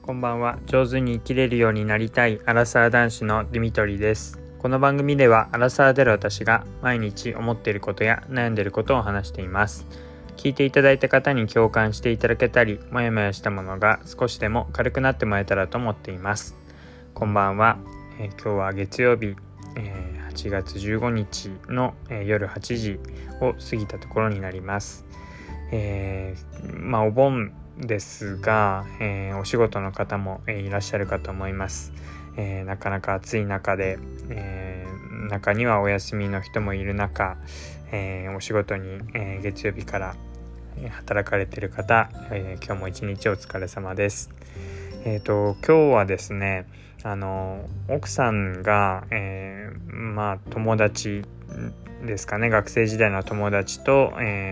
こんばんは。上手に生きれるようになりたいアラサー男子のディミトリです。この番組ではアラサーである私が毎日思っていることや悩んでいることを話しています。聞いていただいた方に共感していただけたり、もやもやしたものが少しでも軽くなってもらえたらと思っています。こんばんは。今日は月曜日、8月15日の、夜8時を過ぎたところになります。お盆ですが、お仕事の方も、いらっしゃるかと思います。なかなか暑い中で、中にはお休みの人もいる中、お仕事に、月曜日から働かれている方、今日も一日お疲れ様です。今日はですね、奥さんが、友達ですかね、学生時代の友達と、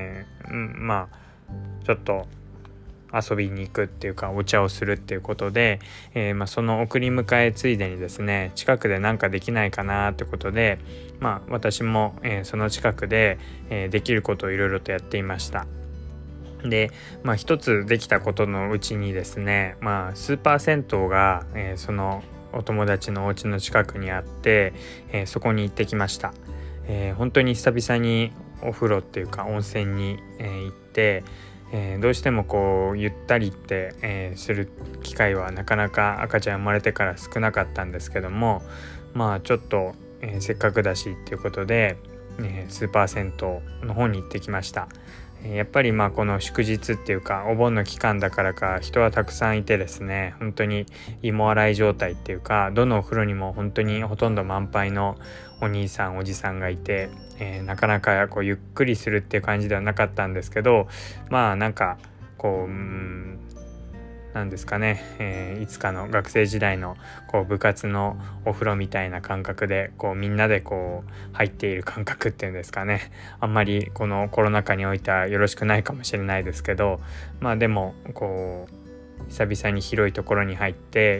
ちょっと遊びに行くっていうかお茶をするっていうことで、その送り迎えついでにですね、近くで何かできないかなってことで、私も、その近くで、できることをいろいろとやっていました。で、一つできたことのうちにですね、スーパー銭湯が、そのお友達のお家の近くにあって、そこに行ってきました。本当に久々にお風呂っていうか温泉に、行って、どうしてもこうゆったりって、する機会はなかなか赤ちゃん生まれてから少なかったんですけども、ちょっと、せっかくだしっていうことで、スーパー銭湯の方に行ってきました。やっぱりこの祝日っていうかお盆の期間だからか人はたくさんいてですね、本当に芋洗い状態っていうか、どのお風呂にも本当にほとんど満杯のお兄さんおじさんがいて、なかなかこうゆっくりするっていう感じではなかったんですけど、なんかこうなんですかね、いつかの学生時代のこう部活のお風呂みたいな感覚でこうみんなでこう入っている感覚っていうんですかね。あんまりこのコロナ禍においてはよろしくないかもしれないですけど、でもこう久々に広いところに入って、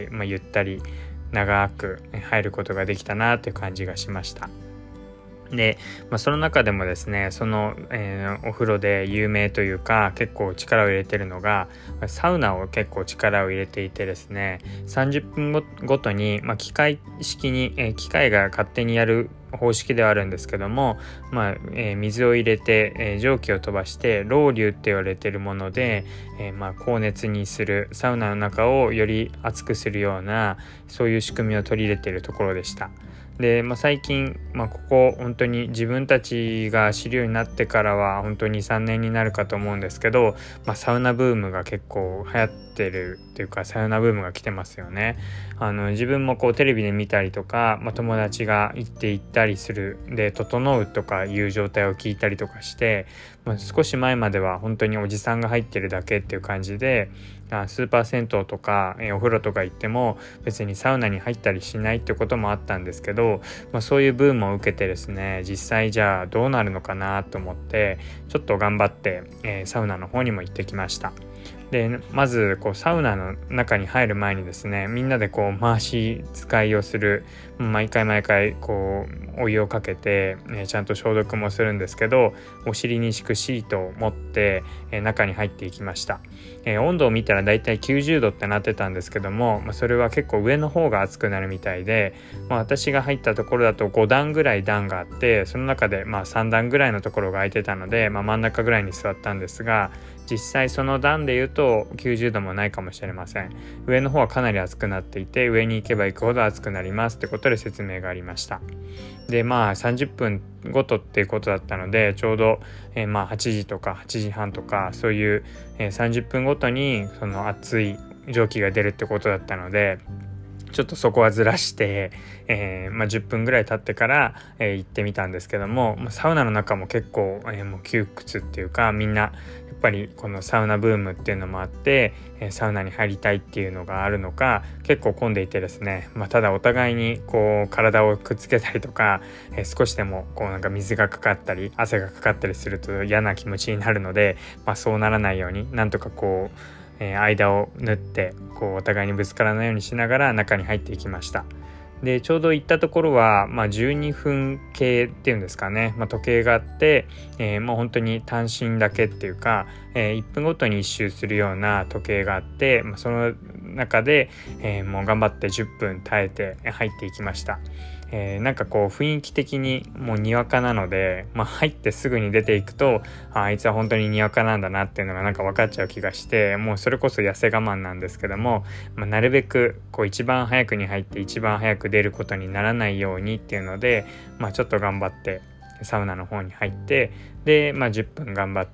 ゆったり長く入ることができたなという感じがしました。で、その中でもですね、その、お風呂で有名というか結構力を入れてるのがサウナを結構力を入れていてですね、30分ごとに、機械式に、機械が勝手にやる方式ではあるんですけども、水を入れて、蒸気を飛ばしてロウリュって言われているもので、高熱にする、サウナの中をより熱くするようなそういう仕組みを取り入れているところでした。で、最近、ここ本当に自分たちが知るようになってからは本当に3年になるかと思うんですけど、サウナブームが結構流行ってるっていうか、サウナブームが来てますよね。自分もこうテレビで見たりとか、友達が行ったりするで整うとかいう状態を聞いたりとかして、少し前までは本当におじさんが入ってるだけっていう感じで、スーパー銭湯とか、お風呂とか行っても別にサウナに入ったりしないってこともあったんですけど、そういうブームを受けてですね、実際じゃあどうなるのかなと思ってちょっと頑張って、サウナの方にも行ってきました。で、まずこうサウナの中に入る前にですね、みんなでこう回し使いをする、毎回こうお湯をかけて、ちゃんと消毒もするんですけど、お尻に敷くシートを持って、中に入っていきました。温度を見たらだいたい90度ってなってたんですけども、それは結構上の方が熱くなるみたいで、私が入ったところだと5段ぐらい段があって、その中で3段ぐらいのところが空いてたので、真ん中ぐらいに座ったんですが、実際その段で言うと90度もないかもしれません。上の方はかなり熱くなっていて、上に行けば行くほど熱くなりますってことで説明がありました。で、30分ごとっていうことだったので、ちょうど、8時とか8時半とかそういう、30分ごとにその熱い蒸気が出るってことだったので、ちょっとそこはずらして、10分ぐらい経ってから、行ってみたんですけども、サウナの中も結構、もう窮屈っていうか、みんなやっぱりこのサウナブームっていうのもあって、サウナに入りたいっていうのがあるのか結構混んでいてですね、ただお互いにこう体をくっつけたりとか、少しでもこうなんか水がかかったり汗がかかったりすると嫌な気持ちになるので、そうならないようになんとかこう間を縫ってこうお互いにぶつからないようにしながら中に入っていきました。 でちょうど行ったところは、12分計っていうんですかね、時計があって、本当に単身だけっていうか、1分ごとに1周するような時計があって、その中で、もう頑張って10分耐えて入っていきました。なんかこう雰囲気的にもうにわかなので、入ってすぐに出ていくとあいつは本当ににわかなんだなっていうのがなんか分かっちゃう気がして、もうそれこそ痩せ我慢なんですけども、なるべくこう一番早くに入って一番早く出ることにならないようにっていうので、ちょっと頑張ってサウナの方に入って、で、10分頑張って、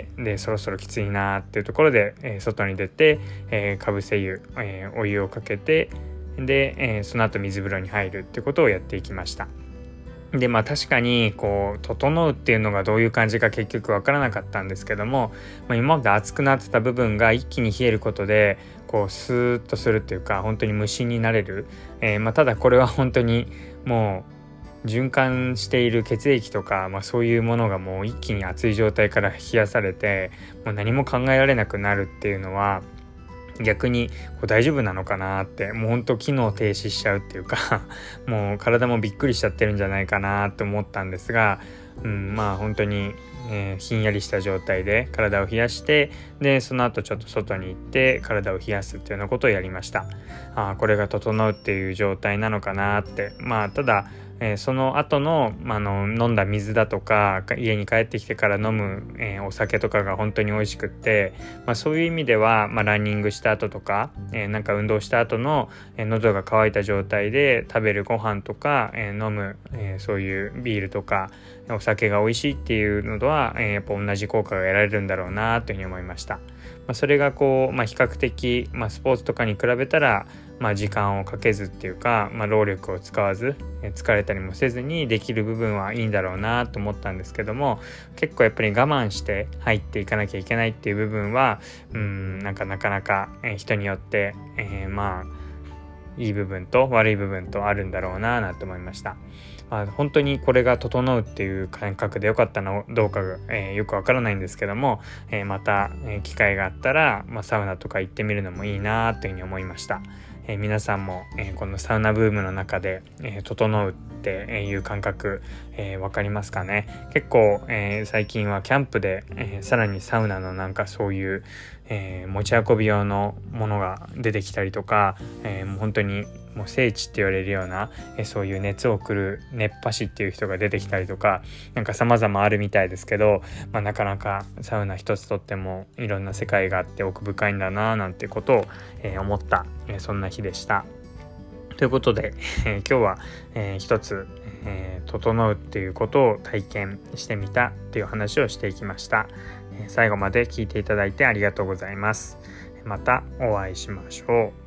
でそろそろきついなっていうところで、外に出て、かぶせ湯、お湯をかけて、で、その後水風呂に入るってことをやっていきました。で確かにこう整うっていうのがどういう感じか結局分からなかったんですけども、今まで熱くなってた部分が一気に冷えることでこうスーッとするっていうか、本当に無心になれる、ただこれは本当にもう循環している血液とか、そういうものがもう一気に熱い状態から冷やされて、もう何も考えられなくなるっていうのは逆にこう大丈夫なのかなって、もう本当機能停止しちゃうっていうかもう体もびっくりしちゃってるんじゃないかなって思ったんですが、本当に、ひんやりした状態で体を冷やして、でその後ちょっと外に行って体を冷やすっていうようなことをやりました。これが整うっていう状態なのかなって。ただその後の、飲んだ水だとか家に帰ってきてから飲む、お酒とかが本当に美味しくって、そういう意味では、ランニングした後とか、なんか運動した後の、喉が渇いた状態で食べるご飯とか、飲む、そういうビールとかお酒が美味しいっていうのとは、やっぱ同じ効果が得られるんだろうなというふうに思いました。それがこう、比較的、スポーツとかに比べたら時間をかけずっていうか、労力を使わず疲れたりもせずにできる部分はいいんだろうなと思ったんですけども、結構やっぱり我慢して入っていかなきゃいけないっていう部分はなかなか人によって、いい部分と悪い部分とあるんだろうなと思いました。本当にこれが整うっていう感覚で良かったのどうかが、よくわからないんですけども、また、機会があったら、サウナとか行ってみるのもいいなというふうに思いました。皆さんも、このサウナブームの中で、整うっていう感覚、わかりますかね。結構、最近はキャンプで、さらにサウナのなんかそういう、持ち運び用のものが出てきたりとか、もう本当にもう聖地って言われるような、そういう熱を送る熱波師っていう人が出てきたりとか、なんか様々あるみたいですけど、なかなかサウナ一つとってもいろんな世界があって奥深いんだななんてことを、思った、そんな日でした。ということで、今日は、一つ、整うっていうことを体験してみたっていう話をしていきました。最後まで聞いていただいてありがとうございます。またお会いしましょう。